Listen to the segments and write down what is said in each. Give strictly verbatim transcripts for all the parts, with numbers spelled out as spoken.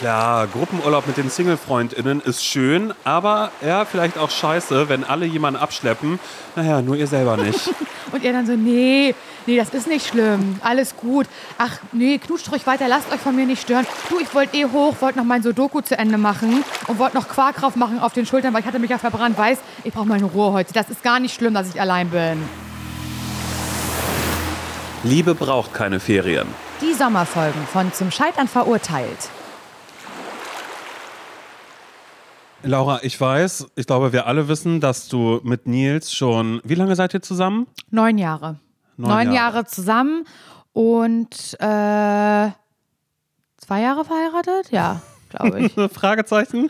Klar, Gruppenurlaub mit den Single-FreundInnen ist schön, aber ja, vielleicht auch scheiße, wenn alle jemanden abschleppen. Naja, nur ihr selber nicht. Und ihr dann so, nee, nee, das ist nicht schlimm, alles gut. Ach, nee, knutscht ruhig weiter, lasst euch von mir nicht stören. Du, ich wollte eh hoch, wollte noch mein Sudoku zu Ende machen und wollte noch Quark drauf machen auf den Schultern, weil ich hatte mich ja verbrannt, weiß, ich brauche meine Ruhe heute. Das ist gar nicht schlimm, dass ich allein bin. Liebe braucht keine Ferien. Die Sommerfolgen von Zum Scheitern verurteilt. Laura, ich weiß, ich glaube, wir alle wissen, dass du mit Nils schon, wie lange seid ihr zusammen? Neun Jahre. Neun, Neun Jahre. Jahre zusammen und äh, zwei Jahre verheiratet? Ja, glaube ich. Fragezeichen.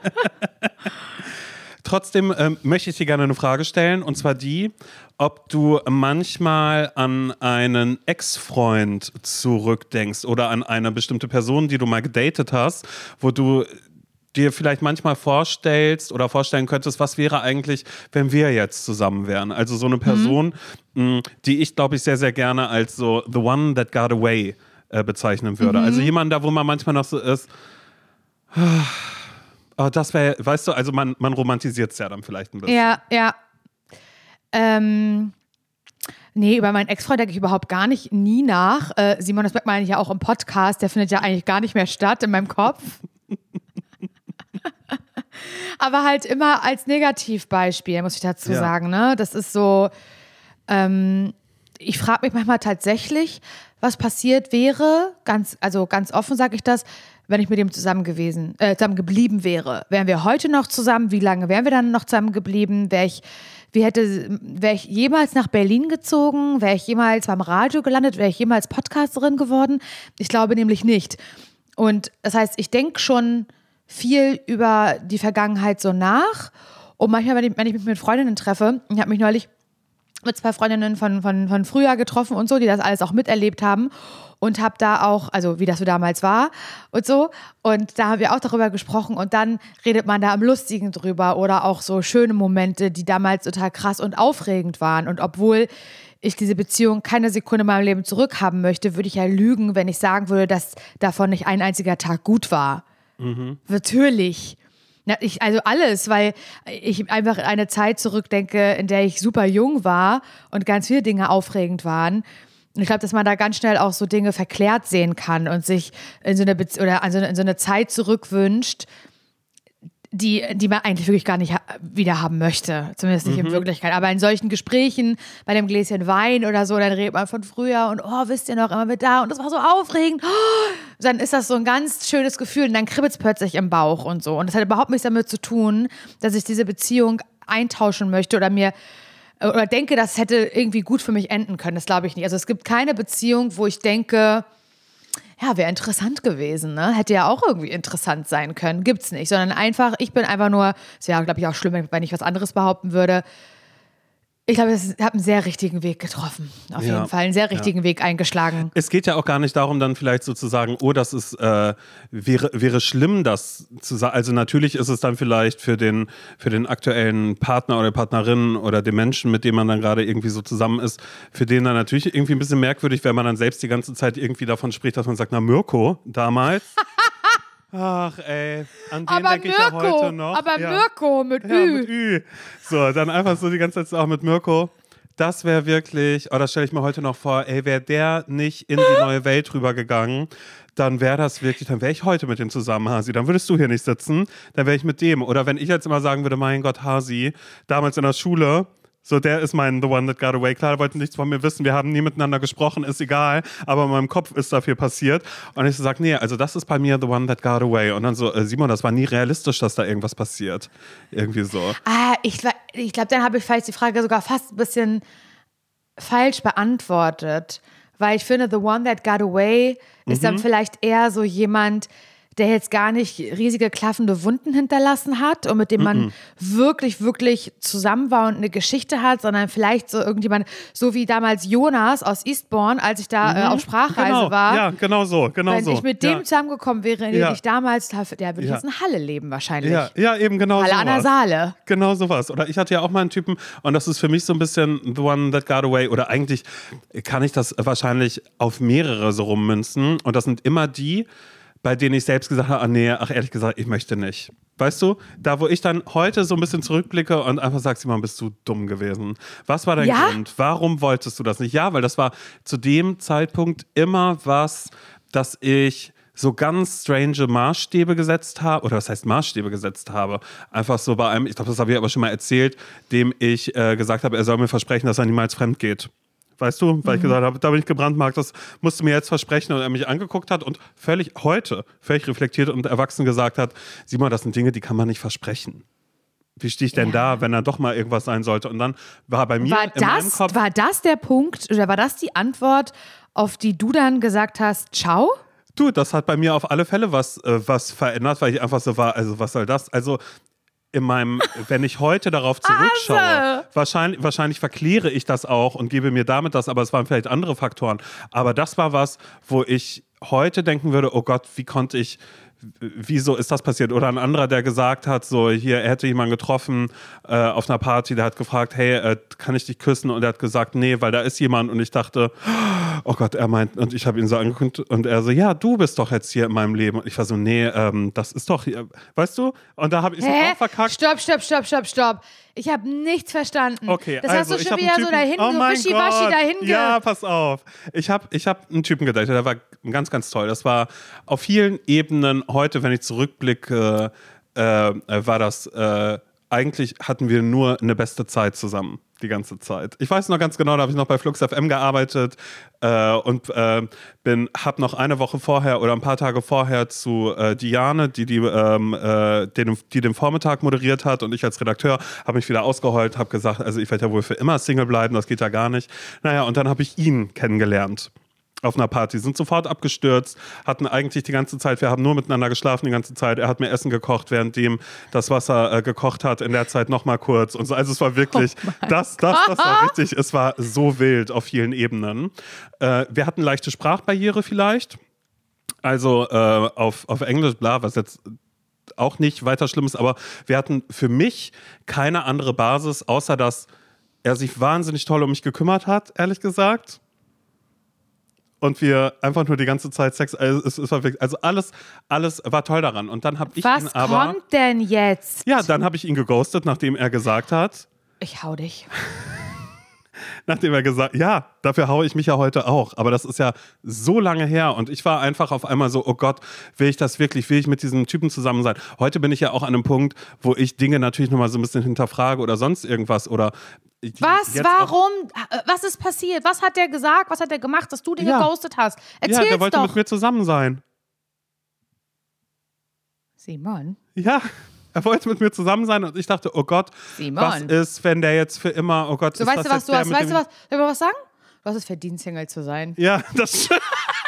Trotzdem ähm, möchte ich dir gerne eine Frage stellen, und zwar die, ob du manchmal an einen Ex-Freund zurückdenkst oder an eine bestimmte Person, die du mal gedatet hast, wo du dir vielleicht manchmal vorstellst oder vorstellen könntest, was wäre eigentlich, wenn wir jetzt zusammen wären. Also so eine Person, mhm. mh, die ich, glaube ich, sehr, sehr gerne als so the one that got away äh, bezeichnen würde. Mhm. Also jemand da, wo man manchmal noch so ist, oh, das wäre, weißt du, also man, man romantisiert es ja dann vielleicht ein bisschen. Ja, ja. Ähm, nee, über meinen Ex-Freund denke ich überhaupt gar nicht, nie nach. Äh, Simon, das merkt man eigentlich ja auch im Podcast, der findet ja eigentlich gar nicht mehr statt in meinem Kopf. Aber halt immer als Negativbeispiel, muss ich dazu ja. sagen. Ne? Das ist so, ähm, ich frage mich manchmal tatsächlich, was passiert wäre, ganz, also ganz offen sage ich das, wenn ich mit dem zusammen gewesen, äh, zusammen geblieben wäre. Wären wir heute noch zusammen? Wie lange wären wir dann noch zusammen geblieben? Wäre ich, wie hätte, wäre ich jemals nach Berlin gezogen? Wäre ich jemals beim Radio gelandet? Wäre ich jemals Podcasterin geworden? Ich glaube nämlich nicht. Und das heißt, ich denke schon viel über die Vergangenheit so nach. Und manchmal, wenn ich, wenn ich mich mit Freundinnen treffe, ich habe mich neulich mit zwei Freundinnen von, von, von früher getroffen und so, die das alles auch miterlebt haben und habe da auch, also wie das so damals war und so, und da haben wir auch darüber gesprochen und dann redet man da am Lustigen drüber oder auch so schöne Momente, die damals total krass und aufregend waren, und obwohl ich diese Beziehung keine Sekunde in meinem Leben zurückhaben möchte, würde ich ja lügen, wenn ich sagen würde, dass davon nicht ein einziger Tag gut war. Mhm. Natürlich. Ja, ich, also alles, weil ich einfach in eine Zeit zurückdenke, in der ich super jung war und ganz viele Dinge aufregend waren. Und ich glaube, dass man da ganz schnell auch so Dinge verklärt sehen kann und sich in so eine Bezie- oder also in so eine Zeit zurückwünscht, die, die man eigentlich wirklich gar nicht ha- wieder haben möchte. Zumindest nicht mhm. in Wirklichkeit. Aber in solchen Gesprächen, bei einem Gläschen Wein oder so, dann redet man von früher und oh, wisst ihr noch, immer mit da und das war so aufregend. Oh, dann ist das so ein ganz schönes Gefühl und dann kribbelt es plötzlich im Bauch und so. Und das hat überhaupt nichts damit zu tun, dass ich diese Beziehung eintauschen möchte oder mir oder denke, das hätte irgendwie gut für mich enden können. Das glaube ich nicht. Also es gibt keine Beziehung, wo ich denke, ja, wäre interessant gewesen, ne? Hätte ja auch irgendwie interessant sein können. Gibt's nicht, sondern einfach, ich bin einfach nur, es wäre, glaube ich, auch schlimm, wenn ich was anderes behaupten würde. Ich glaube, ich habe einen sehr richtigen Weg getroffen. Auf ja, jeden Fall einen sehr richtigen ja. Weg eingeschlagen. Es geht ja auch gar nicht darum, dann vielleicht sozusagen, oh, das ist, äh, wäre, wäre schlimm, das zu sagen. Also natürlich ist es dann vielleicht für den, für den aktuellen Partner oder Partnerin oder den Menschen, mit dem man dann gerade irgendwie so zusammen ist, für den dann natürlich irgendwie ein bisschen merkwürdig, wenn man dann selbst die ganze Zeit irgendwie davon spricht, dass man sagt, na Mirko, damals. Ach ey, an den denke ich ja heute noch. Aber ja. Mirko mit Ü. Ja, mit Ü. So, dann einfach so die ganze Zeit auch mit Mirko. Das wäre wirklich, oh, das stelle ich mir heute noch vor, ey, wäre der nicht in die neue Welt rübergegangen, dann wäre das wirklich, dann wäre ich heute mit dem zusammen, Hasi. Dann würdest du hier nicht sitzen, dann wäre ich mit dem. Oder wenn ich jetzt immer sagen würde, mein Gott, Hasi, damals in der Schule, so, der ist mein The One That Got Away. Klar, der wollte nichts von mir wissen. Wir haben nie miteinander gesprochen, ist egal. Aber in meinem Kopf ist da viel passiert. Und ich so sage, nee, also das ist bei mir The One That Got Away. Und dann so, äh, Simon, das war nie realistisch, dass da irgendwas passiert. Irgendwie so. Ah, ich, ich glaube, dann habe ich vielleicht die Frage sogar fast ein bisschen falsch beantwortet. Weil ich finde, The One That Got Away ist mhm. dann vielleicht eher so jemand, der jetzt gar nicht riesige klaffende Wunden hinterlassen hat und mit dem man mm-mm. wirklich, wirklich zusammen war und eine Geschichte hat, sondern vielleicht so irgendjemand, so wie damals Jonas aus Eastbourne, als ich da mhm. äh, auf Sprachreise genau. war. Ja, genau so, genau Wenn so. ich mit ja. dem zusammengekommen wäre, in dem ja. ich damals, der würde ich ja. jetzt in Halle leben wahrscheinlich. Ja, ja eben genau Halle sowas. an der Saale. Genau sowas. Oder ich hatte ja auch mal einen Typen, und das ist für mich so ein bisschen The One That Got Away, oder eigentlich kann ich das wahrscheinlich auf mehrere so rummünzen, und das sind immer die, bei denen ich selbst gesagt habe, ah nee, ach ehrlich gesagt, ich möchte nicht. Weißt du, da wo ich dann heute so ein bisschen zurückblicke und einfach sage, Simon, bist du dumm gewesen. Was war dein ja? Grund? Warum wolltest du das nicht? Ja, weil das war zu dem Zeitpunkt immer was, dass ich so ganz strange Maßstäbe gesetzt habe, oder was heißt Maßstäbe gesetzt habe, einfach so bei einem, ich glaube, das habe ich aber schon mal erzählt, dem ich äh, gesagt habe, er soll mir versprechen, dass er niemals fremd geht. Weißt du, weil mhm. ich gesagt habe, da bin ich gebrandmarkt, das musst du mir jetzt versprechen. Und er mich angeguckt hat und völlig heute, völlig reflektiert und erwachsen gesagt hat, Simon, das sind Dinge, die kann man nicht versprechen. Wie stehe ich denn ja. da, wenn da doch mal irgendwas sein sollte? Und dann war bei mir war in das, meinem Kopf... War das der Punkt, oder war das die Antwort, auf die du dann gesagt hast, ciao? Du, das hat bei mir auf alle Fälle was, äh, was verändert, weil ich einfach so war, also was soll das? Also in meinem, wenn ich heute darauf zurückschaue, also. wahrscheinlich, wahrscheinlich verkläre ich das auch und gebe mir damit das, aber es waren vielleicht andere Faktoren. Aber das war was, wo ich heute denken würde, oh Gott, wie konnte ich, wieso ist das passiert? Oder ein anderer, der gesagt hat, so hier, er hätte jemanden getroffen äh, auf einer Party, der hat gefragt, hey, äh, kann ich dich küssen? Und er hat gesagt, nee, weil da ist jemand. Und ich dachte, oh Gott, er meint, und ich habe ihn so angeguckt und er so, ja, du bist doch jetzt hier in meinem Leben. Und ich war so, nee, ähm, das ist doch hier, weißt du? Und da habe ich es auch verkackt. Stopp, stopp, stopp, stopp, stopp. Ich habe nichts verstanden. Okay, das also, hast du schon wieder Typen, so dahin, oh so wischiwaschi dahin. Ja, pass auf. Ich habe ich hab einen Typen gedatet, der war ganz, ganz toll. Das war auf vielen Ebenen, heute, wenn ich zurückblicke, äh, war das, äh, eigentlich hatten wir nur eine beste Zeit zusammen. Die ganze Zeit. Ich weiß noch ganz genau, da habe ich noch bei Flux F M gearbeitet äh, und äh, bin, habe noch eine Woche vorher oder ein paar Tage vorher zu äh, Diane, die, die, ähm, äh, den, die den Vormittag moderiert hat, und ich als Redakteur habe mich wieder ausgeheult, habe gesagt, also ich werde ja wohl für immer Single bleiben, das geht ja gar nicht. Naja, und dann habe ich ihn kennengelernt. Auf einer Party, sind sofort abgestürzt, hatten eigentlich die ganze Zeit, wir haben nur miteinander geschlafen die ganze Zeit, er hat mir Essen gekocht, währenddem das Wasser äh, gekocht hat, in der Zeit nochmal kurz und so, also es war wirklich, oh das, das, das war richtig, es war so wild auf vielen Ebenen. Äh, wir hatten leichte Sprachbarriere vielleicht, also äh, auf, auf Englisch, bla, was jetzt auch nicht weiter schlimm ist, aber wir hatten für mich keine andere Basis, außer dass er sich wahnsinnig toll um mich gekümmert hat, ehrlich gesagt. Und wir einfach nur die ganze Zeit Sex, also, es, es war wirklich, also alles, alles war toll daran. Und dann habe ich Was ihn aber... Was kommt denn jetzt? Ja, dann habe ich ihn geghostet, nachdem er gesagt hat... Ich hau dich. Nachdem er gesagt, ja, dafür haue ich mich ja heute auch. Aber das ist ja so lange her. Und ich war einfach auf einmal so, oh Gott, will ich das wirklich, will ich mit diesem Typen zusammen sein? Heute bin ich ja auch an einem Punkt, wo ich Dinge natürlich nochmal so ein bisschen hinterfrage oder sonst irgendwas. Oder was, warum, was ist passiert? Was hat der gesagt, was hat er gemacht, dass du den ja. geghostet hast? Erzähl's doch. Ja, der wollte doch. mit mir zusammen sein. Simon? Ja. Er wollte mit mir zusammen sein und ich dachte, oh Gott, Simon. was ist, wenn der jetzt für immer, oh Gott, so, ist weißt das du, was jetzt du der hast, mit weißt dem... du was, soll ich mal was sagen? Du hast es verdient, Single zu sein. Ja, das stimmt.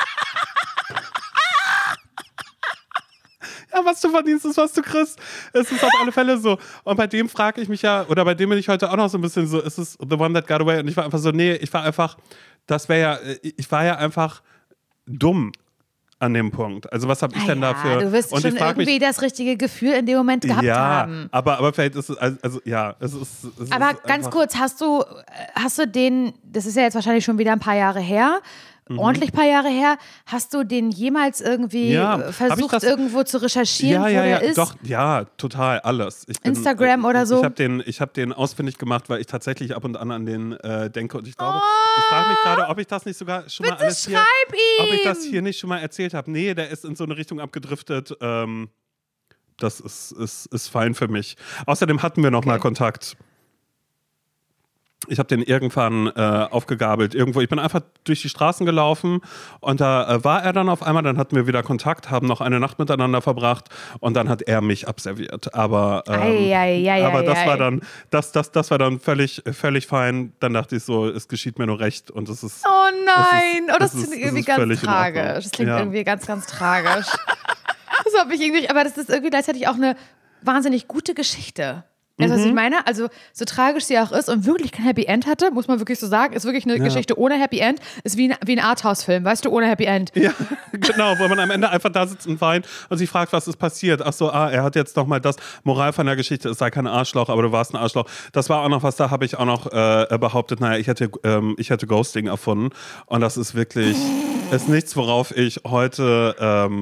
Ja, was du verdienst, ist, was du kriegst. Es ist auf alle Fälle so. Und bei dem frage ich mich ja, oder bei dem bin ich heute auch noch so ein bisschen so, ist es the one that got away? Und ich war einfach so, nee, ich war einfach, das wäre ja, ich war ja einfach dumm an dem Punkt. Also was habe ich ah denn ja, dafür? Du wirst und schon irgendwie mich, das richtige Gefühl in dem Moment gehabt ja, haben. Aber, aber vielleicht ist es, also, also ja, es ist... Es aber ist ganz kurz, hast du, hast du den, das ist ja jetzt wahrscheinlich schon wieder ein paar Jahre her, mhm. ordentlich paar Jahre her, hast du den jemals irgendwie ja, versucht, das, irgendwo zu recherchieren, ja, wo ja, der ja, ist? Doch, ja, total, alles. Ich bin, Instagram oder so? Ich habe den, ich hab den ausfindig gemacht, weil ich tatsächlich ab und an an den äh, denke und ich glaube, oh, ich frage mich gerade, ob ich das nicht sogar schon bitte mal alles hier, schreib ihm. ob ich das hier nicht schon mal erzählt habe. Nee, der ist in so eine Richtung abgedriftet. Ähm, das ist, ist, ist fein für mich. Außerdem hatten wir noch okay. mal Kontakt. Ich habe den irgendwann äh, aufgegabelt irgendwo. Ich bin einfach durch die Straßen gelaufen und da äh, war er dann auf einmal. Dann hatten wir wieder Kontakt, haben noch eine Nacht miteinander verbracht und dann hat er mich abserviert. Aber, ähm, ei, ei, ei, aber das ei, war dann, das, das, das war dann völlig, völlig fein. Dann dachte ich so, es geschieht mir nur recht und es ist. Oh nein! Es ist, oh, das es ist, klingt irgendwie ist ganz tragisch. Das klingt ja. irgendwie ganz, ganz tragisch. Das habe ich irgendwie. Aber das ist irgendwie gleichzeitig auch eine wahnsinnig gute Geschichte. Weißt du, was ich meine? Also, so tragisch sie auch ist und wirklich kein Happy End hatte, muss man wirklich so sagen, ist wirklich eine ja. Geschichte ohne Happy End, ist wie ein, wie ein Arthouse-Film, weißt du, ohne Happy End. Ja, genau, wo man am Ende einfach da sitzt und weint und sich fragt, was ist passiert. Ach so, ah, er hat jetzt nochmal das, Moral von der Geschichte, es sei kein Arschloch, aber du warst ein Arschloch. Das war auch noch was, da habe ich auch noch äh, behauptet, naja, ich hätte, ähm, ich hätte Ghosting erfunden und das ist wirklich, ist nichts, worauf ich heute... Ähm,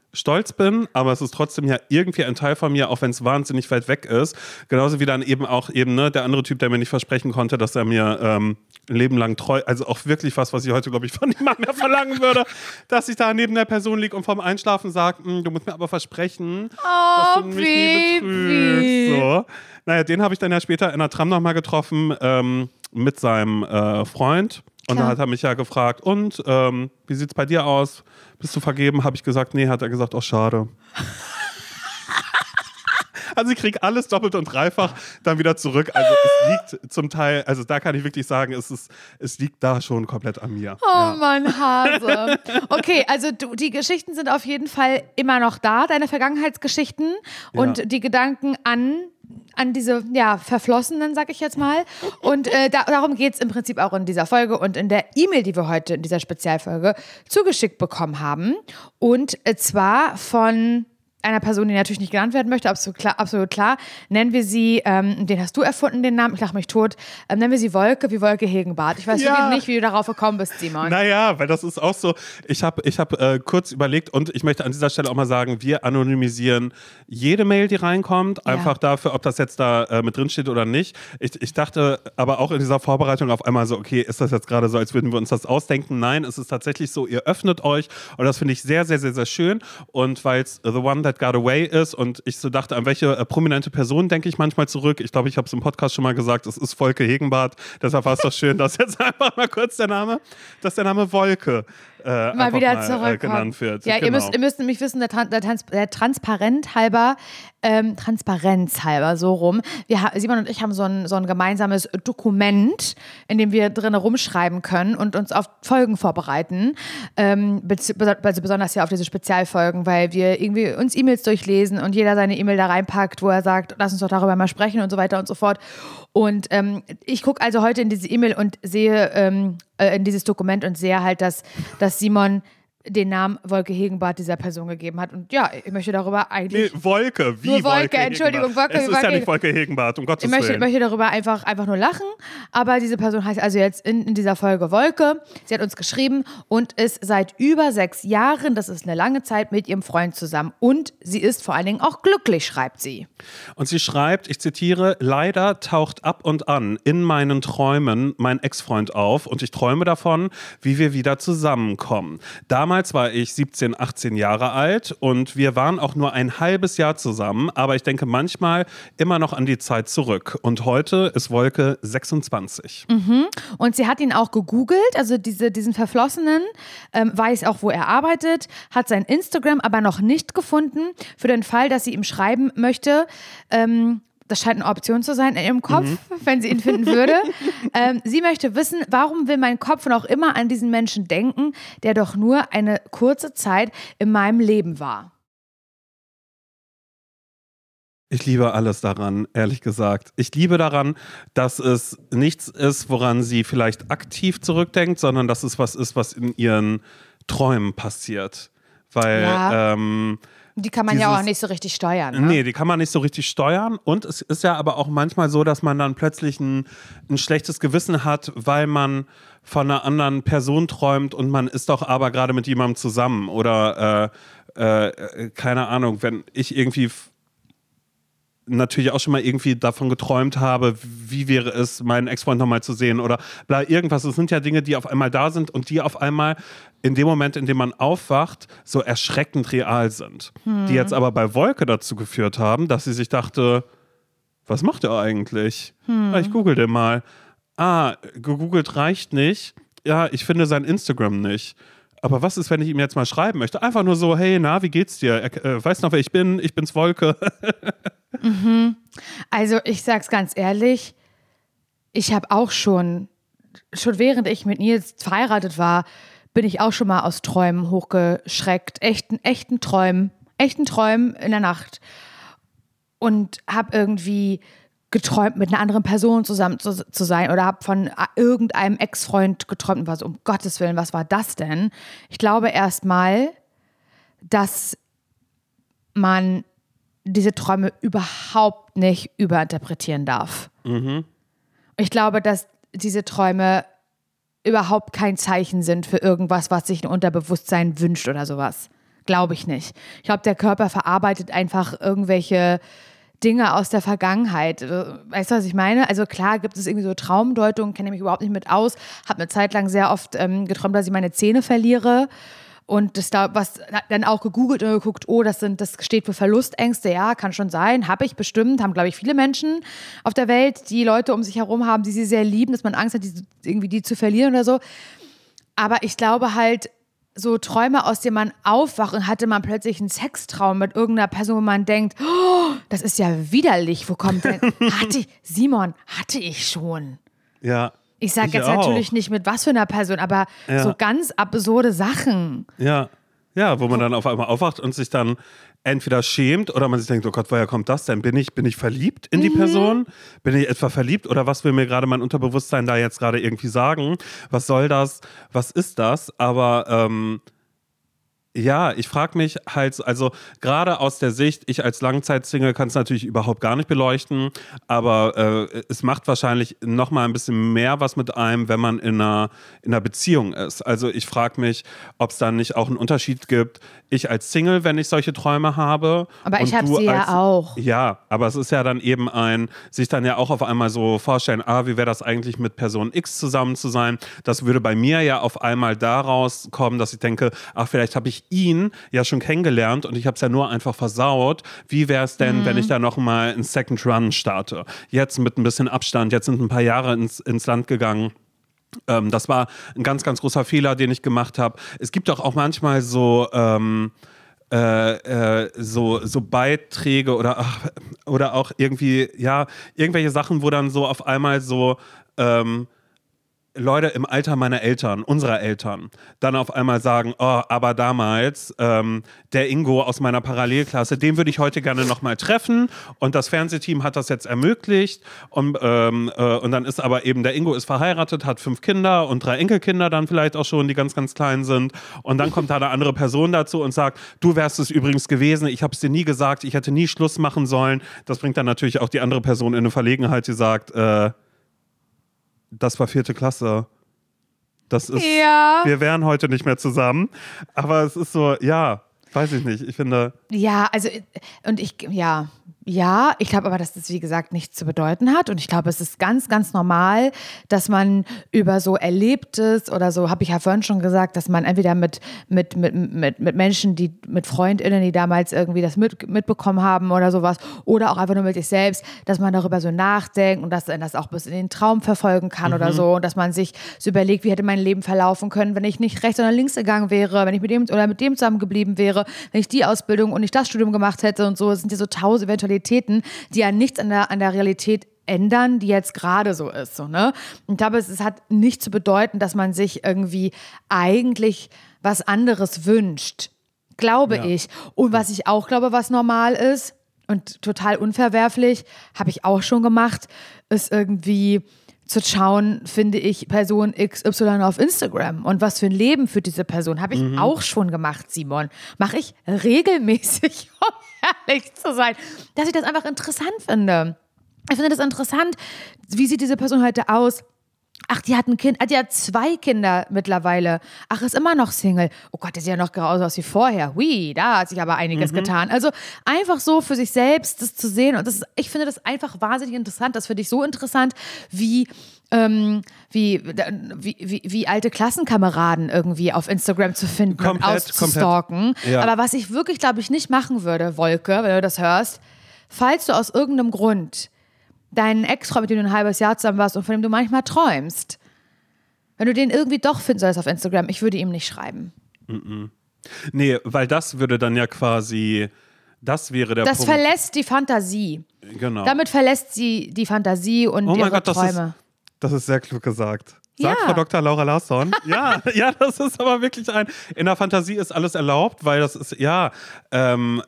stolz bin, aber es ist trotzdem ja irgendwie ein Teil von mir, auch wenn es wahnsinnig weit weg ist. Genauso wie dann eben auch eben ne, der andere Typ, der mir nicht versprechen konnte, dass er mir ähm, ein Leben lang treu, also auch wirklich was, was ich heute, glaube ich, von niemandem mehr verlangen würde, dass ich da neben der Person liege und vorm Einschlafen sage, du musst mir aber versprechen, oh, dass du mich nie betrügst. So. Naja, den habe ich dann ja später in der Tram nochmal getroffen ähm, mit seinem äh, Freund. Und Klar. dann hat er mich ja gefragt, und ähm, wie sieht's bei dir aus? Bist du vergeben? Habe ich gesagt, nee, hat er gesagt, oh, schade. Also ich kriege alles doppelt und dreifach dann wieder zurück. Also es liegt zum Teil, also da kann ich wirklich sagen, es, ist, es liegt da schon komplett an mir. Oh ja. Mann, Hase. Okay, also du, die Geschichten sind auf jeden Fall immer noch da, deine Vergangenheitsgeschichten und Ja. die Gedanken an an diese, ja, Verflossenen, sag ich jetzt mal. Und äh, da, darum geht es im Prinzip auch in dieser Folge und in der E-Mail, die wir heute in dieser Spezialfolge zugeschickt bekommen haben. Und äh, zwar von einer Person, die natürlich nicht genannt werden möchte, absolut klar, absolut klar. Nennen wir sie, ähm, den hast du erfunden, den Namen, ich lache mich tot, ähm, nennen wir sie Wolke, wie Wolke Hegenbart. Ich weiß Ja. wirklich nicht, wie du darauf gekommen bist, Simon. Naja, weil das ist auch so, ich habe ich hab, äh, kurz überlegt und ich möchte an dieser Stelle auch mal sagen, wir anonymisieren jede Mail, die reinkommt, Ja. einfach dafür, ob das jetzt da äh, mit drin steht oder nicht. Ich, ich dachte aber auch in dieser Vorbereitung auf einmal so, okay, ist das jetzt gerade so, als würden wir uns das ausdenken? Nein, es ist tatsächlich so, ihr öffnet euch und das finde ich sehr, sehr, sehr, sehr schön und weil es The One That Got Away ist und ich so dachte, an welche äh, prominente Person denke ich manchmal zurück. Ich glaube, ich habe es im Podcast schon mal gesagt, es ist Volke Hegenbart. Deshalb war es doch schön, dass jetzt einfach mal kurz der Name, dass der Name Wolke äh, mal wieder mal, zurückkommen. äh, genannt wird. Ja, genau. ihr, müsst, ihr müsst nämlich wissen, der, Tran der, Trans der Transparent halber, ähm, Transparenz halber, so rum. Wir, Simon und ich haben so ein, so ein gemeinsames Dokument, in dem wir drin rumschreiben können und uns auf Folgen vorbereiten. Ähm, also besonders ja auf diese Spezialfolgen, weil wir irgendwie uns E-Mails durchlesen und jeder seine E-Mail da reinpackt, wo er sagt, lass uns doch darüber mal sprechen und so weiter und so fort. Und ähm, ich gucke also heute in diese E-Mail und sehe ähm, äh, in dieses Dokument und sehe halt, dass, dass Simon den Namen Wolke Hegenbart dieser Person gegeben hat. Und ja, ich möchte darüber eigentlich... Nee, Wolke, wie Nur Wolke, Wolke Entschuldigung, Hegenbart. Wolke, Es ist Wolke, ja nicht Wolke Hegenbart, um Gottes Ich möchte, Willen. möchte darüber einfach, einfach nur lachen, aber diese Person heißt also jetzt in, in dieser Folge Wolke. Sie hat uns geschrieben und ist seit über sechs Jahren, das ist eine lange Zeit, mit ihrem Freund zusammen. Und sie ist vor allen Dingen auch glücklich, schreibt sie. Und sie schreibt, ich zitiere, leider taucht ab und an in meinen Träumen mein Ex-Freund auf und ich träume davon, wie wir wieder zusammenkommen. Damals war ich siebzehn, achtzehn Jahre alt und wir waren auch nur ein halbes Jahr zusammen, aber ich denke manchmal immer noch an die Zeit zurück. Und heute ist Wolke sechsundzwanzig. Mhm. Und sie hat ihn auch gegoogelt, also diese, diesen Verflossenen, ähm, weiß auch, wo er arbeitet, hat sein Instagram aber noch nicht gefunden, für den Fall, dass sie ihm schreiben möchte. Ähm, Das scheint eine Option zu sein in ihrem Kopf, mhm. wenn sie ihn finden würde. ähm, sie möchte wissen, warum will mein Kopf noch immer an diesen Menschen denken, der doch nur eine kurze Zeit in meinem Leben war. Ich liebe alles daran, ehrlich gesagt. Ich liebe daran, dass es nichts ist, woran sie vielleicht aktiv zurückdenkt, sondern dass es was ist, was in ihren Träumen passiert. Weil, ja. ähm, Die kann man Dieses, ja auch nicht so richtig steuern. Ne? Nee, die kann man nicht so richtig steuern. Und es ist ja aber auch manchmal so, dass man dann plötzlich ein, ein schlechtes Gewissen hat, weil man von einer anderen Person träumt und man ist doch aber gerade mit jemandem zusammen. Oder, äh, äh, keine Ahnung, wenn ich irgendwie f- natürlich auch schon mal irgendwie davon geträumt habe, wie wäre es, meinen Ex-Freund nochmal zu sehen oder bla, irgendwas. Es sind ja Dinge, die auf einmal da sind und die auf einmal in dem Moment, in dem man aufwacht, so erschreckend real sind. Hm. Die jetzt aber bei Wolke dazu geführt haben, dass sie sich dachte, was macht er eigentlich? Hm. Ah, ich google den mal. Ah, gegoogelt reicht nicht. Ja, ich finde sein Instagram nicht. Aber was ist, wenn ich ihm jetzt mal schreiben möchte? Einfach nur so, hey, na, wie geht's dir? Er, äh, weißt noch, wer ich bin? Ich bin's Wolke. mhm. Also ich sag's ganz ehrlich, ich habe auch schon, schon während ich mit Nils verheiratet war, bin ich auch schon mal aus Träumen hochgeschreckt. Echten, echten Träumen, echten Träumen in der Nacht. Und habe irgendwie geträumt, mit einer anderen Person zusammen zu, zu sein oder habe von irgendeinem Ex-Freund geträumt und war so, um Gottes Willen, was war das denn? Ich glaube erstmal, dass man diese Träume überhaupt nicht überinterpretieren darf. Mhm. Ich glaube, dass diese Träume überhaupt kein Zeichen sind für irgendwas, was sich ein Unterbewusstsein wünscht oder sowas. Glaube ich nicht. Ich glaube, der Körper verarbeitet einfach irgendwelche Dinge aus der Vergangenheit. Weißt du, was ich meine? Also klar gibt es irgendwie so Traumdeutungen, kenne mich überhaupt nicht mit aus. Habe eine Zeit lang sehr oft ähm, geträumt, dass ich meine Zähne verliere. Und das da, was dann auch gegoogelt und geguckt, oh, das sind, das steht für Verlustängste. Ja, kann schon sein. Habe ich bestimmt. Haben, glaube ich, viele Menschen auf der Welt, die Leute um sich herum haben, die sie sehr lieben, dass man Angst hat, die, irgendwie die zu verlieren oder so. Aber ich glaube halt, so Träume, aus denen man aufwacht und hatte man plötzlich einen Sextraum mit irgendeiner Person, wo man denkt, oh, das ist ja widerlich. Wo kommt denn? Hatte ich, Simon, hatte ich schon. Ja. Ich sage jetzt auch. Natürlich nicht mit was für einer Person, aber ja. so ganz absurde Sachen. Ja, ja, wo man dann auf einmal aufwacht und sich dann entweder schämt oder man sich denkt, oh Gott, woher kommt das denn? Bin ich, bin ich verliebt in die mhm. Person? Bin ich etwa verliebt oder was will mir gerade mein Unterbewusstsein da jetzt gerade irgendwie sagen? Was soll das? Was ist das? Aber ähm, ja, ich frage mich halt, also gerade aus der Sicht, ich als Langzeitsingle kann es natürlich überhaupt gar nicht beleuchten, aber äh, es macht wahrscheinlich noch mal ein bisschen mehr was mit einem, wenn man in einer, in einer Beziehung ist. Also ich frage mich, ob es dann nicht auch einen Unterschied gibt, ich als Single, wenn ich solche Träume habe. Aber ich habe sie als, ja auch. Ja, aber es ist ja dann eben ein, sich dann ja auch auf einmal so vorstellen, ah, wie wäre das eigentlich mit Person X zusammen zu sein? Das würde bei mir ja auf einmal daraus kommen, dass ich denke, ach, vielleicht habe ich ihn ja schon kennengelernt und ich habe es ja nur einfach versaut. Wie wäre es denn, mhm. wenn ich da nochmal einen Second Run starte? Jetzt mit ein bisschen Abstand, jetzt sind ein paar Jahre ins, ins Land gegangen. Ähm, das war ein ganz, ganz großer Fehler, den ich gemacht habe. Es gibt doch auch manchmal so... Ähm, Äh, äh, so, so Beiträge oder, ach, oder auch irgendwie, ja, irgendwelche Sachen, wo dann so auf einmal so ähm, Leute im Alter meiner Eltern, unserer Eltern, dann auf einmal sagen, oh, aber damals, ähm, der Ingo aus meiner Parallelklasse, den würde ich heute gerne nochmal treffen und das Fernsehteam hat das jetzt ermöglicht und, ähm, äh, und dann ist aber eben, der Ingo ist verheiratet, hat fünf Kinder und drei Enkelkinder dann vielleicht auch schon, die ganz, ganz klein sind und dann kommt da eine andere Person dazu und sagt, du wärst es übrigens gewesen, ich habe es dir nie gesagt, ich hätte nie Schluss machen sollen. Das bringt dann natürlich auch die andere Person in eine Verlegenheit, die sagt, äh, das war vierte Klasse. Das ist, ja. Wir wären heute nicht mehr zusammen. Aber es ist so, ja, weiß ich nicht. Ich finde. Ja, also, und ich, ja. Ja, ich glaube aber, dass das, wie gesagt, nichts zu bedeuten hat. Und ich glaube, es ist ganz, ganz normal, dass man über so Erlebtes oder so, habe ich ja vorhin schon gesagt, dass man entweder mit, mit, mit, mit, mit Menschen, die mit FreundInnen, die damals irgendwie das mit, mitbekommen haben oder sowas, oder auch einfach nur mit sich selbst, dass man darüber so nachdenkt und dass man das auch bis in den Traum verfolgen kann mhm. oder so. Und dass man sich so überlegt, wie hätte mein Leben verlaufen können, wenn ich nicht rechts, sondern links gegangen wäre, wenn ich mit dem oder mit dem zusammengeblieben wäre, wenn ich die Ausbildung und nicht das Studium gemacht hätte und so. Es sind ja so tausend Eventualitäten, die ja nichts an der, an der Realität ändern, die jetzt gerade so ist. So, ne? Und ich glaube, es, es hat nicht zu bedeuten, dass man sich irgendwie eigentlich was anderes wünscht. Glaube ja. ich. Und was ich auch glaube, was normal ist und total unverwerflich, habe ich auch schon gemacht, ist irgendwie zu schauen, finde ich, Person X Y auf Instagram. Und was für ein Leben führt diese Person? Habe ich mhm. auch schon gemacht, Simon. Mache ich regelmäßig, um ehrlich zu sein, dass ich das einfach interessant finde. Ich finde das interessant, wie sieht diese Person heute aus? Ach, die hat ein Kind, die hat zwei Kinder mittlerweile. Ach, ist immer noch Single. Oh Gott, der sieht ja noch genauso aus wie vorher. Hui, da hat sich aber einiges mhm. getan. Also einfach so für sich selbst das zu sehen. Und das ist, ich finde das einfach wahnsinnig interessant. Das finde ich so interessant, wie, ähm, wie, wie, wie, wie alte Klassenkameraden irgendwie auf Instagram zu finden komplett, und auszustalken. Ja. Aber was ich wirklich, glaube ich, nicht machen würde, Wolke, wenn du das hörst, falls du aus irgendeinem Grund deinen Ex-Freund, mit dem du ein halbes Jahr zusammen warst und von dem du manchmal träumst, wenn du den irgendwie doch finden sollst auf Instagram, ich würde ihm nicht schreiben. Mm-mm. Nee, weil das würde dann ja quasi, das wäre der das Punkt. Das verlässt die Fantasie. Genau. Damit verlässt sie die Fantasie und oh ihre Gott, Träume. Das ist, das ist sehr klug gesagt. Sagt ja. Frau Doktor Laura Larsson. Ja, ja, das ist aber wirklich ein, in der Fantasie ist alles erlaubt, weil das ist, ja, ähm,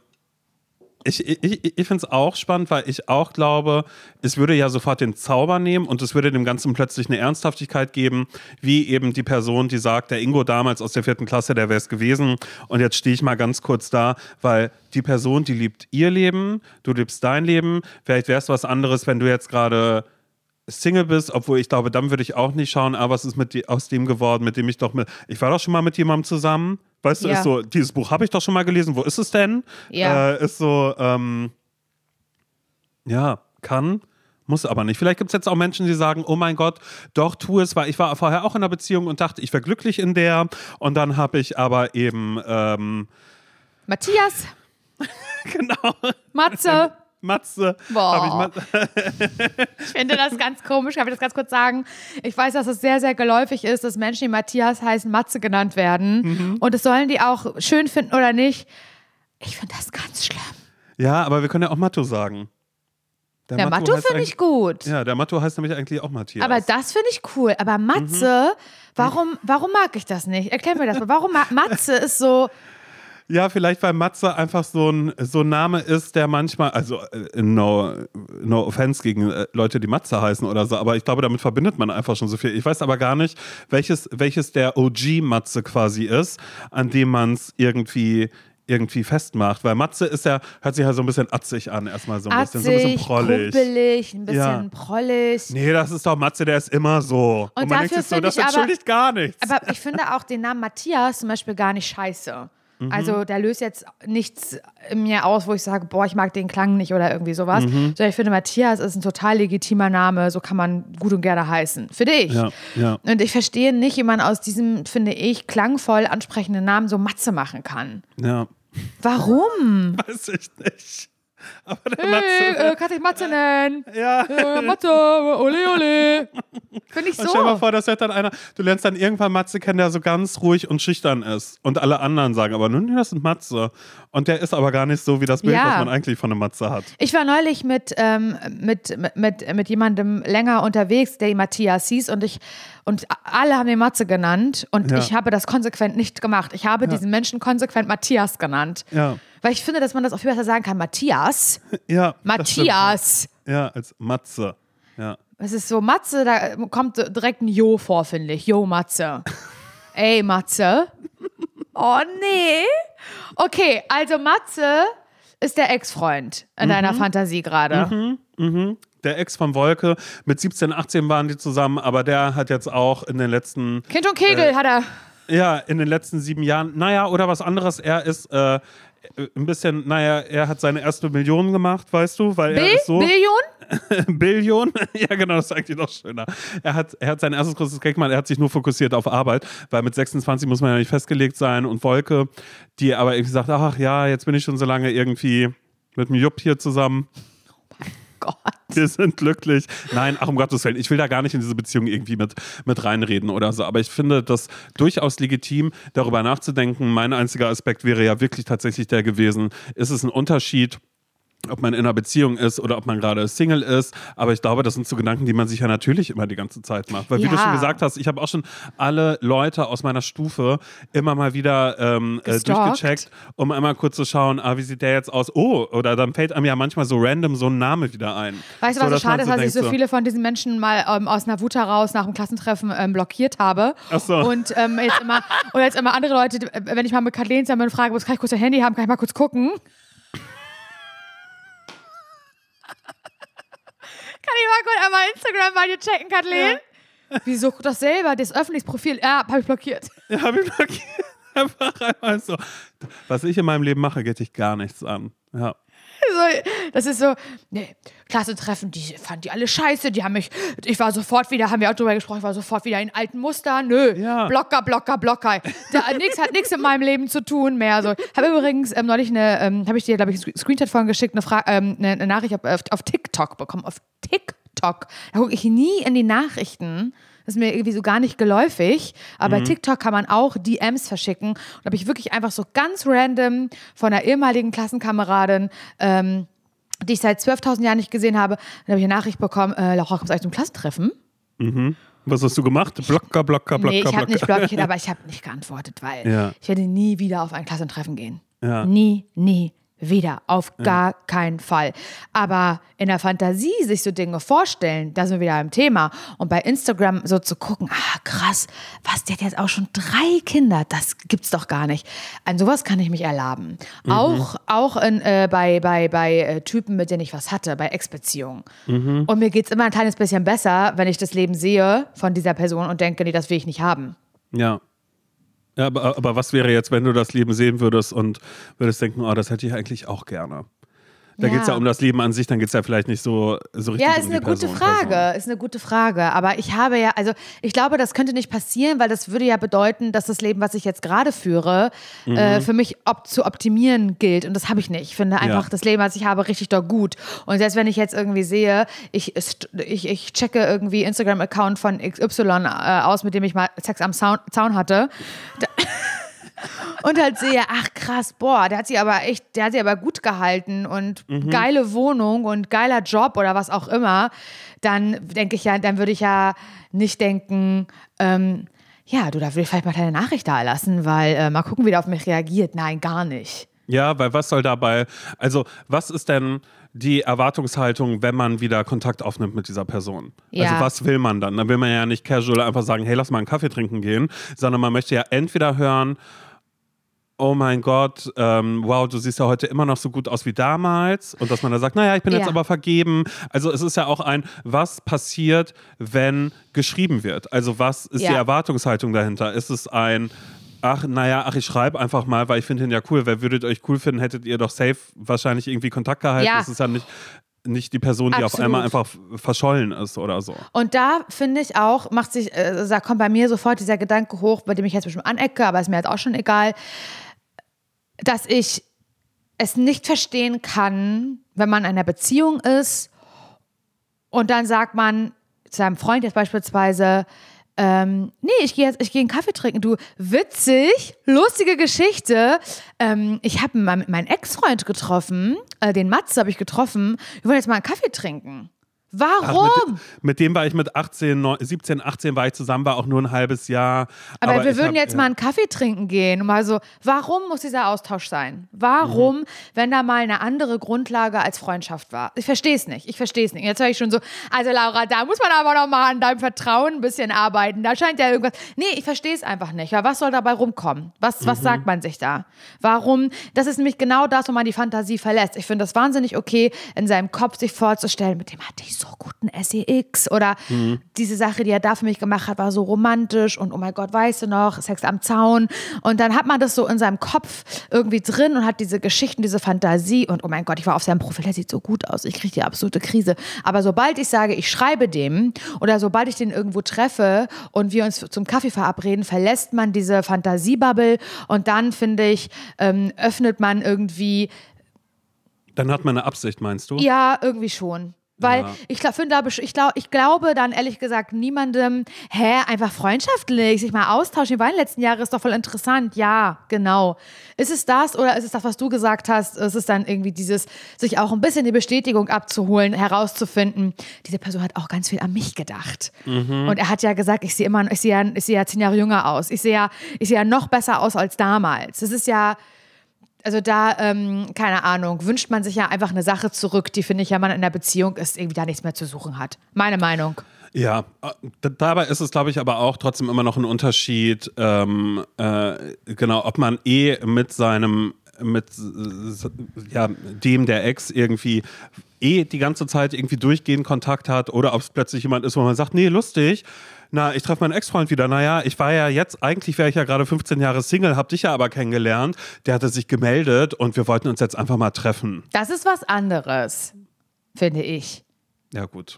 Ich, ich, ich finde es auch spannend, weil ich auch glaube, es würde ja sofort den Zauber nehmen und es würde dem Ganzen plötzlich eine Ernsthaftigkeit geben, wie eben die Person, die sagt, der Ingo damals aus der vierten Klasse, der wäre es gewesen. Und jetzt stehe ich mal ganz kurz da, weil die Person, die liebt ihr Leben, du liebst dein Leben. Vielleicht wäre es was anderes, wenn du jetzt gerade Single bist, obwohl ich glaube, dann würde ich auch nicht schauen, ah, was ist mit die, aus dem geworden, mit dem ich doch mit, ich war doch schon mal mit jemandem zusammen, weißt du, Ja. ist so, dieses Buch habe ich doch schon mal gelesen, wo ist es denn? Ja. Äh, ist so, ähm, ja, kann, muss aber nicht. Vielleicht gibt es jetzt auch Menschen, die sagen, oh mein Gott, doch, tu es, weil ich war vorher auch in einer Beziehung und dachte, ich wäre glücklich in der und dann habe ich aber eben, ähm, Matthias, genau, Matze. Matze. Boah. Hab ich Mat- Ich finde das ganz komisch. Kann ich das ganz kurz sagen? Ich weiß, dass es sehr, sehr geläufig ist, dass Menschen, die Matthias heißen, Matze genannt werden. Mhm. Und das sollen die auch schön finden oder nicht. Ich finde das ganz schlimm. Ja, aber wir können ja auch Matto sagen. Der Matto heißt finde ich eigentlich- gut. Ja, der Matto heißt nämlich eigentlich auch Matthias. Aber das finde ich cool. Aber Matze, warum, warum mag ich das nicht? Erklär mir das mal. Warum ma- Matze ist so. Ja, vielleicht weil Matze einfach so ein, so ein Name ist, der manchmal, also äh, no, no offense gegen äh, Leute, die Matze heißen oder so, aber ich glaube, damit verbindet man einfach schon so viel. Ich weiß aber gar nicht, welches, welches der O G-Matze quasi ist, an dem man es irgendwie irgendwie festmacht, weil Matze ist ja, hört sich ja so ein bisschen atzig an, erstmal so ein bisschen, so ein bisschen Atzig, prollig. kumpelig, ein bisschen Ja. prollig. Nee, das ist doch Matze, der ist immer so. Und, Und man denkt dafür sich so, find das ich aber- entschuldigt gar nichts. Aber ich finde auch den Namen Matthias zum Beispiel gar nicht scheiße. Also der löst jetzt nichts in mir aus, wo ich sage, boah, ich mag den Klang nicht oder irgendwie sowas. Sondern ich finde, Matthias ist ein total legitimer Name, so kann man gut und gerne heißen. Finde ich. Ja, ja. Und ich verstehe nicht, wie man aus diesem, finde ich, klangvoll ansprechenden Namen so Matze machen kann. Ja, Warum? weiß ich nicht. Aber der Hey, Matze, äh, kann ich Matze nennen? ja. Äh, Matze, ole, ole. Finde ich Und stell dir mal so. vor, das hört dann einer, du lernst dann irgendwann Matze kennen, der so ganz ruhig und schüchtern ist. Und alle anderen sagen aber, nun, das ist Matze. Und der ist aber gar nicht so wie das Bild, Ja. was man eigentlich von einem Matze hat. Ich war neulich mit, ähm, mit, mit, mit, mit jemandem länger unterwegs, der ihn Matthias hieß und ich und alle haben ihn Matze genannt und Ja. ich habe das konsequent nicht gemacht. Ich habe diesen Menschen konsequent Matthias genannt. Ja. Weil ich finde, dass man das auch viel besser sagen kann. Matthias. Ja, das stimmt. Matthias. Ja, als Matze. Ja. Es ist so, Matze, da kommt direkt ein Jo vor, finde ich. Jo, Matze. Ey, Matze. Oh, nee. Okay, also Matze ist der Ex-Freund in deiner Fantasie gerade. Der Ex von Wolke, mit siebzehn, achtzehn waren die zusammen, aber der hat jetzt auch in den letzten, Kind und Kegel hat er. ja, in den letzten sieben Jahren, naja, oder was anderes, er ist äh, ein bisschen, naja, er hat seine erste Million gemacht, weißt du, weil er Bill? ist so... Billion? Billion? Ja, genau, das ist eigentlich noch schöner. Er hat, er hat sein erstes großes Geld gemacht, er hat sich nur fokussiert auf Arbeit, weil mit sechsundzwanzig muss man ja nicht festgelegt sein und Wolke, die aber irgendwie sagt, ach ja, jetzt bin ich schon so lange irgendwie mit dem Jupp hier zusammen. Gott. Wir sind glücklich. Nein, ach um Gottes Willen, ich will da gar nicht in diese Beziehung irgendwie mit, mit reinreden oder so, aber ich finde das durchaus legitim, darüber nachzudenken. Mein einziger Aspekt wäre ja wirklich tatsächlich der gewesen, ist es ein Unterschied, ob man in einer Beziehung ist oder ob man gerade Single ist. Aber ich glaube, das sind so Gedanken, die man sich ja natürlich immer die ganze Zeit macht. Weil wie Ja. du schon gesagt hast, ich habe auch schon alle Leute aus meiner Stufe immer mal wieder ähm, äh, Gestalkt. durchgecheckt, um einmal kurz zu schauen, ah, wie sieht der jetzt aus? Oh, oder dann fällt einem ja manchmal so random so ein Name wieder ein. Weißt du, was so dass man schade ist, dass ich denkt so viele von diesen Menschen mal ähm, aus einer Wut heraus nach dem Klassentreffen ähm, blockiert habe. Ach so. Und ähm, jetzt immer, oder jetzt immer andere Leute, äh, wenn ich mal mit Kathleen zusammen frage, kann ich kurz dein Handy haben, kann ich mal kurz gucken? Kann ich mal kurz einmal Instagram bei dir checken, Kathleen? Wieso das selber? Das öffentliches Profil, ja, habe ich blockiert. Ja, hab ich blockiert. Einfach einmal so. Was ich in meinem Leben mache, geht dich gar nichts an. Ja. So, das ist so, nee, Klassentreffen, die fanden die alle scheiße, die haben mich, ich war sofort wieder, haben wir auch drüber gesprochen, ich war sofort wieder in alten Mustern, nö, Ja. Blocker, Blocker, Blocker, da, nix hat nichts mit meinem Leben zu tun mehr, so. Habe übrigens ähm, neulich eine, ähm, habe ich dir, glaube ich, einen Screenshot von geschickt, eine, Fra- ähm, eine, eine Nachricht auf, auf, auf TikTok bekommen, auf TikTok, da gucke ich nie in die Nachrichten. Das ist mir irgendwie so gar nicht geläufig. Aber bei TikTok kann man auch D Ms verschicken. Und da habe ich wirklich einfach so ganz random von einer ehemaligen Klassenkameradin, ähm, die ich seit zwölftausend Jahren nicht gesehen habe, dann habe ich eine Nachricht bekommen, äh, Laura, kommst du eigentlich zum Klassentreffen? Was hast du gemacht? Blocker, Blocker, Blocker, nee, ich habe Blocker. nicht blockiert, aber ich habe nicht geantwortet, weil Ja. ich werde nie wieder auf ein Klassentreffen gehen. Ja. Nie, nie wieder, auf ja. gar keinen Fall. Aber in der Fantasie sich so Dinge vorstellen, da sind wir wieder im Thema. Und bei Instagram so zu gucken, ah krass, was, der hat jetzt auch schon drei Kinder, das gibt's doch gar nicht. An sowas kann ich mich erlaben. Mhm. Auch, auch in, äh, bei, bei, bei äh, Typen, mit denen ich was hatte, bei Ex-Beziehungen. Mhm. Und mir geht's immer ein kleines bisschen besser, wenn ich das Leben sehe von dieser Person und denke, nee, das will ich nicht haben. Ja. Ja, aber, aber was wäre jetzt, wenn du das Leben sehen würdest und würdest denken, oh, das hätte ich eigentlich auch gerne? Da ja. geht es ja um das Leben an sich, dann geht es ja vielleicht nicht so, so richtig ja, ist um die eine gute Person, Frage, Person. ist eine gute Frage. Aber ich habe ja, also ich glaube, das könnte nicht passieren, weil das würde ja bedeuten, dass das Leben, was ich jetzt gerade führe, mhm. äh, für mich op- zu optimieren gilt. Und das habe ich nicht. Ich finde einfach ja. das Leben, was ich habe, richtig doch gut. Und selbst wenn ich jetzt irgendwie sehe, ich, ich, ich checke irgendwie Instagram-Account von X Y äh, aus, mit dem ich mal Sex am Zaun, Zaun hatte. Da und halt sehe, ach krass, boah, der hat sie aber echt, der hat sie aber gut gehalten und mhm. geile Wohnung und geiler Job oder was auch immer, dann denke ich ja, dann würde ich ja nicht denken, ähm, ja, du, da will ich vielleicht mal deine Nachricht da lassen, weil äh, mal gucken, wie der auf mich reagiert. Nein, gar nicht. Ja, weil was soll dabei, also was ist denn die Erwartungshaltung, wenn man wieder Kontakt aufnimmt mit dieser Person? Ja. Also was will man dann? Dann will man ja nicht casual einfach sagen, hey, lass mal einen Kaffee trinken gehen, sondern man möchte ja entweder hören, oh mein Gott, ähm, wow, du siehst ja heute immer noch so gut aus wie damals. Und dass man dann sagt, naja, ich bin ja. jetzt aber vergeben. Also es ist ja auch ein, was passiert, wenn geschrieben wird? Also was ist ja. die Erwartungshaltung dahinter? Ist es ein, ach, naja, ach, ich schreibe einfach mal, weil ich finde ihn ja cool. Wer würdet euch cool finden, hättet ihr doch safe wahrscheinlich irgendwie Kontakt gehalten. Ja. Das ist ja nicht... nicht die Person, die Absolut. auf einmal einfach verschollen ist oder so. Und da finde ich auch, macht sich, äh, da kommt bei mir sofort dieser Gedanke hoch, bei dem ich jetzt bestimmt anecke, aber ist mir jetzt auch schon egal, dass ich es nicht verstehen kann, wenn man in einer Beziehung ist und dann sagt man zu seinem Freund jetzt beispielsweise, Ähm, nee, ich gehe jetzt, ich gehe einen Kaffee trinken. Du, witzig, lustige Geschichte. Ähm, ich habe meinen mein Ex-Freund getroffen, äh, den Matze habe ich getroffen. Wir wollen jetzt mal einen Kaffee trinken. Warum? Ach, mit, mit dem war ich mit achtzehn, siebzehn, achtzehn war ich zusammen, war auch nur ein halbes Jahr. Aber, aber wir würden hab, jetzt ja. mal einen Kaffee trinken gehen. Und mal so, warum muss dieser Austausch sein? Warum, mhm. wenn da mal eine andere Grundlage als Freundschaft war? Ich verstehe es nicht. Ich verstehe es nicht. Jetzt höre ich schon so, also Laura, da muss man aber noch mal an deinem Vertrauen ein bisschen arbeiten. Da scheint ja irgendwas. Nee, ich verstehe es einfach nicht. Ja, was soll dabei rumkommen? Was, was mhm. sagt man sich da? Warum? Das ist nämlich genau das, wo man die Fantasie verlässt. Ich finde das wahnsinnig okay, in seinem Kopf sich vorzustellen, mit dem hatte ich so guten S E X oder mhm. diese Sache, die er da für mich gemacht hat, war so romantisch und oh mein Gott, weißt du noch, Sex am Zaun und dann hat man das so in seinem Kopf irgendwie drin und hat diese Geschichten, diese Fantasie und oh mein Gott, ich war auf seinem Profil, der sieht so gut aus, ich kriege die absolute Krise, aber sobald ich sage, ich schreibe dem oder sobald ich den irgendwo treffe und wir uns zum Kaffee verabreden, verlässt man diese Fantasiebubble und dann, finde ich, ähm, öffnet man irgendwie. Dann hat man eine Absicht, meinst du? Ja, irgendwie schon. Weil ja. ich, glaub, find, ich, glaub, ich glaube dann ehrlich gesagt niemandem, hä, einfach freundschaftlich, sich mal austauschen. Die beiden letzten Jahre ist doch voll interessant. Ja, genau. Ist es das oder ist es das, was du gesagt hast? Ist es dann irgendwie dieses, sich auch ein bisschen die Bestätigung abzuholen, herauszufinden, diese Person hat auch ganz viel an mich gedacht. Mhm. Und er hat ja gesagt, ich sehe immer, ich sehe ja, ich sehe ja zehn Jahre jünger aus. Ich sehe ja, ich sehe ja noch besser aus als damals. Das ist ja... Also da, ähm, keine Ahnung, wünscht man sich ja einfach eine Sache zurück, die, finde ich, wenn man in einer Beziehung ist, irgendwie da nichts mehr zu suchen hat. Meine Meinung. Ja, dabei ist es, glaube ich, aber auch trotzdem immer noch ein Unterschied, ähm, äh, genau, ob man eh mit seinem, mit ja, dem der Ex irgendwie eh die ganze Zeit irgendwie durchgehend Kontakt hat oder ob es plötzlich jemand ist, wo man sagt, nee, lustig, na, ich treffe meinen Ex-Freund wieder. Naja, ich war ja jetzt, eigentlich wäre ich ja gerade fünfzehn Jahre Single, hab dich ja aber kennengelernt. Der hatte sich gemeldet und wir wollten uns jetzt einfach mal treffen. Das ist was anderes, finde ich. Ja, gut.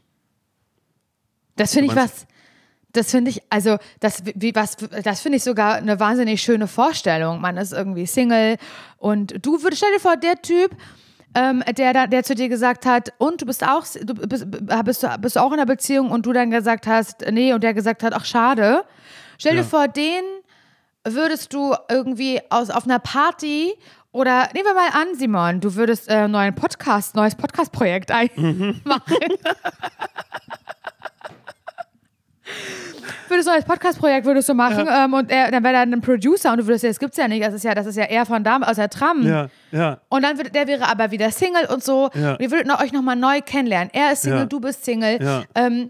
Das finde ich was, das finde ich, also, das, wie, was, das finde ich sogar eine wahnsinnig schöne Vorstellung. Man ist irgendwie Single und du würdest, stell dir vor, der Typ, Ähm, der, der zu dir gesagt hat, und du bist auch, du bist, bist, du, bist du auch in einer Beziehung und du dann gesagt hast, nee, und der gesagt hat, ach schade. Stell dir ja. vor, den würdest du irgendwie aus, auf einer Party oder, nehmen wir mal an, Simon, du würdest äh, neuen Podcast, neues Podcast-Projekt machen. Mhm. Würdest würdest du als Podcast-Projekt würdest du machen ja. ähm, und er, dann wäre da ein Producer und du würdest ja, das gibt's ja nicht, das ist ja, das ist ja eher von da aus der Tram. Ja, ja. Und dann wird, der wäre aber wieder Single und so. Ja. Und ihr würdet noch, euch nochmal neu kennenlernen. Er ist Single, ja. du bist Single. Ja. Ähm,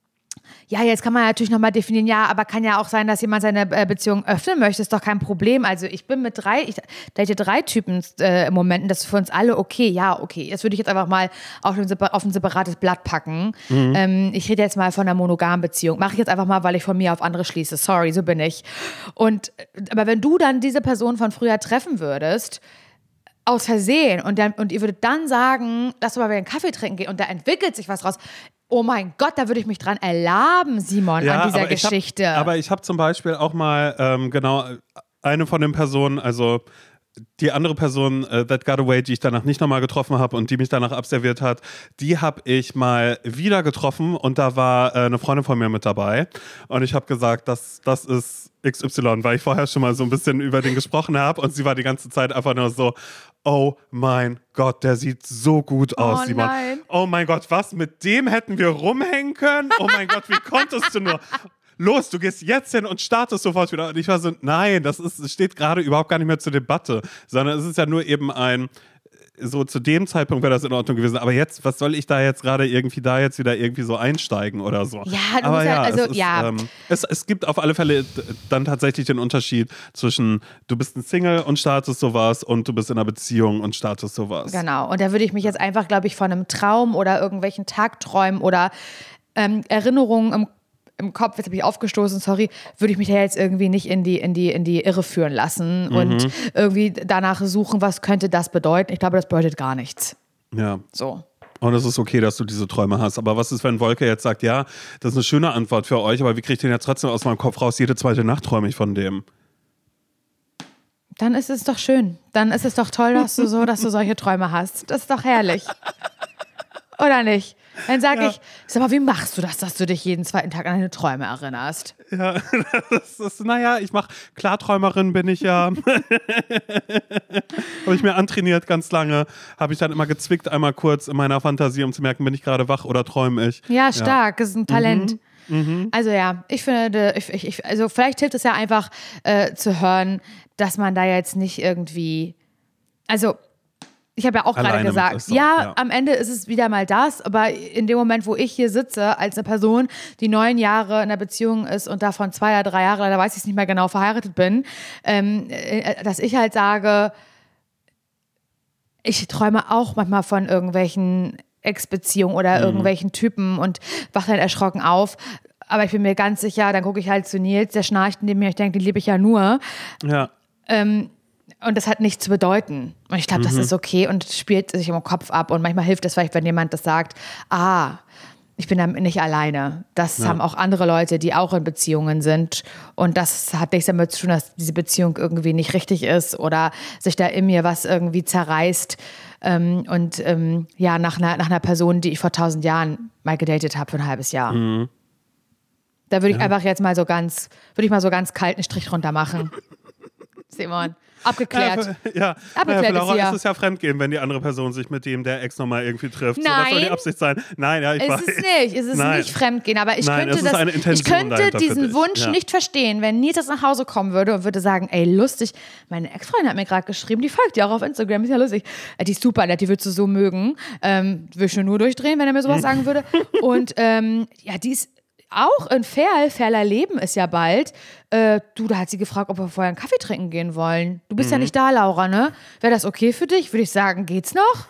Ja, jetzt kann man natürlich nochmal definieren, ja, aber kann ja auch sein, dass jemand seine äh, Beziehung öffnen möchte, ist doch kein Problem. Also ich bin mit drei, ich date drei Typen äh, im Moment und das ist für uns alle okay. Ja, okay, das würde ich jetzt einfach mal auf ein, auf ein separates Blatt packen. Mhm. Ähm, ich rede jetzt mal von einer monogamen Beziehung. Mache ich jetzt einfach mal, weil ich von mir auf andere schließe. Sorry, so bin ich. Und, aber wenn du dann diese Person von früher treffen würdest, aus Versehen und, dann, und ihr würdet dann sagen, lass mal wieder einen Kaffee trinken gehen und da entwickelt sich was raus. Oh mein Gott, da würde ich mich dran erlaben, Simon, ja, an dieser aber Geschichte. Ich hab, aber ich habe zum Beispiel auch mal, ähm, genau, eine von den Personen, also die andere Person, uh, That Got Away, die ich danach nicht nochmal getroffen habe und die mich danach abserviert hat, die habe ich mal wieder getroffen und da war äh, eine Freundin von mir mit dabei und ich habe gesagt, das, das ist X Y, weil ich vorher schon mal so ein bisschen über den gesprochen habe und sie war die ganze Zeit einfach nur so, oh mein Gott, der sieht so gut aus, oh, Simon. Nein. Oh mein Gott, was, mit dem hätten wir rumhängen können? Oh mein Gott, wie konntest du nur? Los, du gehst jetzt hin und startest sofort wieder. Und ich war so, nein, das ist, steht gerade überhaupt gar nicht mehr zur Debatte, sondern es ist ja nur eben ein, so zu dem Zeitpunkt wäre das in Ordnung gewesen. Aber jetzt, was soll ich da jetzt gerade irgendwie da jetzt wieder irgendwie so einsteigen oder so? Ja, du aber musst ja, halt, also, es, ist, ja. Ähm, es, es gibt auf alle Fälle dann tatsächlich den Unterschied zwischen du bist ein Single und startest sowas und du bist in einer Beziehung und startest sowas. Genau, und da würde ich mich jetzt einfach, glaube ich, von einem Traum oder irgendwelchen Tagträumen oder ähm, Erinnerungen im im Kopf, jetzt habe ich aufgestoßen, sorry, würde ich mich da jetzt irgendwie nicht in die, in die, in die Irre führen lassen mhm. und irgendwie danach suchen, was könnte das bedeuten. Ich glaube, das bedeutet gar nichts. Ja. So. Und es ist okay, dass du diese Träume hast. Aber was ist, wenn Wolke jetzt sagt, ja, das ist eine schöne Antwort für euch, aber wie kriege ich den jetzt trotzdem aus meinem Kopf raus? Jede zweite Nacht träume ich von dem. Dann ist es doch schön. Dann ist es doch toll, dass du so, dass du solche Träume hast. Das ist doch herrlich. Oder nicht? Dann sage ja. ich, sag mal, wie machst du das, dass du dich jeden zweiten Tag an deine Träume erinnerst? Ja, das ist, naja, ich mache, Klarträumerin bin ich ja. Habe ich mir antrainiert ganz lange. Habe ich dann immer gezwickt, einmal kurz in meiner Fantasie, um zu merken, bin ich gerade wach oder träume ich. Ja, stark, ja. Das ist ein Talent. Mhm. Mhm. Also ja, ich finde, ich, ich, also vielleicht hilft es ja einfach äh, zu hören, dass man da jetzt nicht irgendwie, also ich habe ja auch gerade gesagt, so, ja, ja, am Ende ist es wieder mal das, aber in dem Moment, wo ich hier sitze, als eine Person, die neun Jahre in einer Beziehung ist und davon zwei oder drei Jahre, da weiß ich es nicht mehr genau, verheiratet bin, ähm, dass ich halt sage, ich träume auch manchmal von irgendwelchen Ex-Beziehungen oder mhm. irgendwelchen Typen und wache dann erschrocken auf. Aber ich bin mir ganz sicher, dann gucke ich halt zu Nils, der schnarcht neben mir, ich denke, den liebe ich ja nur. Ja. Ähm, Und das hat nichts zu bedeuten. Und ich glaube, mhm. das ist okay und spielt sich im Kopf ab. Und manchmal hilft es vielleicht, wenn jemand das sagt, ah, ich bin damit nicht alleine. Das ja. haben auch andere Leute, die auch in Beziehungen sind. Und das hat nichts damit zu tun, dass diese Beziehung irgendwie nicht richtig ist oder sich da in mir was irgendwie zerreißt. Ähm, und ähm, ja, nach einer, nach einer Person, die ich vor tausend Jahren mal gedatet habe für ein halbes Jahr. Mhm. Da würde ich ja. einfach jetzt mal so ganz, würde ich mal so ganz kalt einen Strich drunter machen. Simon. Abgeklärt. Ja, für, ja. Abgeklärt ja, für Laura ist, ja. ist es ja Fremdgehen, wenn die andere Person sich mit dem der Ex nochmal irgendwie trifft. Nein. So, was soll die Absicht sein? Nein, ja, ich es weiß. Ist nicht. Es ist Nein. nicht Fremdgehen, aber ich Nein, könnte, es ist das, eine Intention ich könnte dahinter für diesen dich. Wunsch Ja. nicht verstehen, wenn Nils jetzt nach Hause kommen würde und würde sagen, ey, lustig, meine Ex-Freundin hat mir gerade geschrieben, die folgt dir auch auf Instagram, ist ja lustig. Die ist super nett, die würdest du so mögen. Ähm, würde ich nur durchdrehen, wenn er mir sowas sagen würde. Und ähm, ja, die ist auch in Ferl, Ferler Leben ist ja bald. Äh, du, da hat sie gefragt, ob wir vorher einen Kaffee trinken gehen wollen. Du bist mhm. ja nicht da, Laura, ne? Wäre das okay für dich? Würde ich sagen, geht's noch?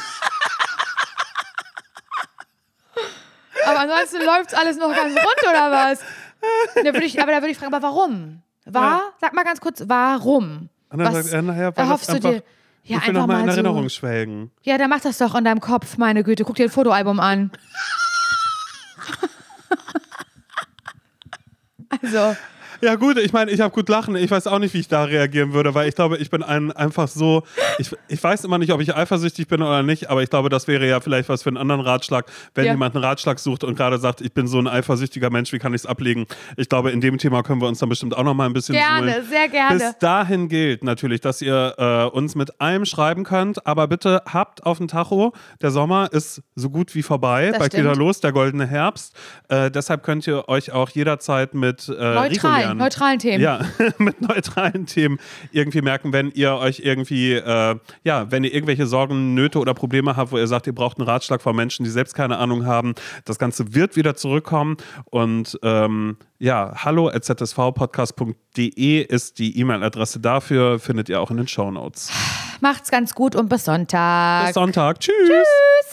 Aber ansonsten läuft alles noch ganz rund, oder was? Da würde ich, aber da würde ich fragen, aber warum? War? Ja. Sag mal ganz kurz, warum? Und dann was sagt er, naja, weil erhoffst du einfach, dir? Ja, ich will einfach noch mal in so, Erinnerung schwelgen. Ja, dann mach das doch in deinem Kopf, meine Güte. Guck dir ein Fotoalbum an. Also. Ja gut, ich meine, ich habe gut lachen. Ich weiß auch nicht, wie ich da reagieren würde, weil ich glaube, ich bin ein, einfach so, ich, ich weiß immer nicht, ob ich eifersüchtig bin oder nicht, aber ich glaube, das wäre ja vielleicht was für einen anderen Ratschlag, wenn ja. jemand einen Ratschlag sucht und gerade sagt, ich bin so ein eifersüchtiger Mensch, wie kann ich es ablegen? Ich glaube, in dem Thema können wir uns dann bestimmt auch noch mal ein bisschen Gerne, suhlen. sehr gerne. Bis dahin gilt natürlich, dass ihr äh, uns mit allem schreiben könnt, aber bitte habt auf dem Tacho, der Sommer ist so gut wie vorbei, das bald stimmt. wieder los, der goldene Herbst. Äh, deshalb könnt ihr euch auch jederzeit mit äh, Neutral, neutralen Themen. Ja, mit neutralen Themen irgendwie merken, wenn ihr euch irgendwie, äh, ja, wenn ihr irgendwelche Sorgen, Nöte oder Probleme habt, wo ihr sagt, ihr braucht einen Ratschlag von Menschen, die selbst keine Ahnung haben. Das Ganze wird wieder zurückkommen und ähm, ja, hallo at z s v podcast punkt d e ist die E-Mail-Adresse dafür, findet ihr auch in den Shownotes. Macht's ganz gut und bis Sonntag. Bis Sonntag. Tschüss. Tschüss.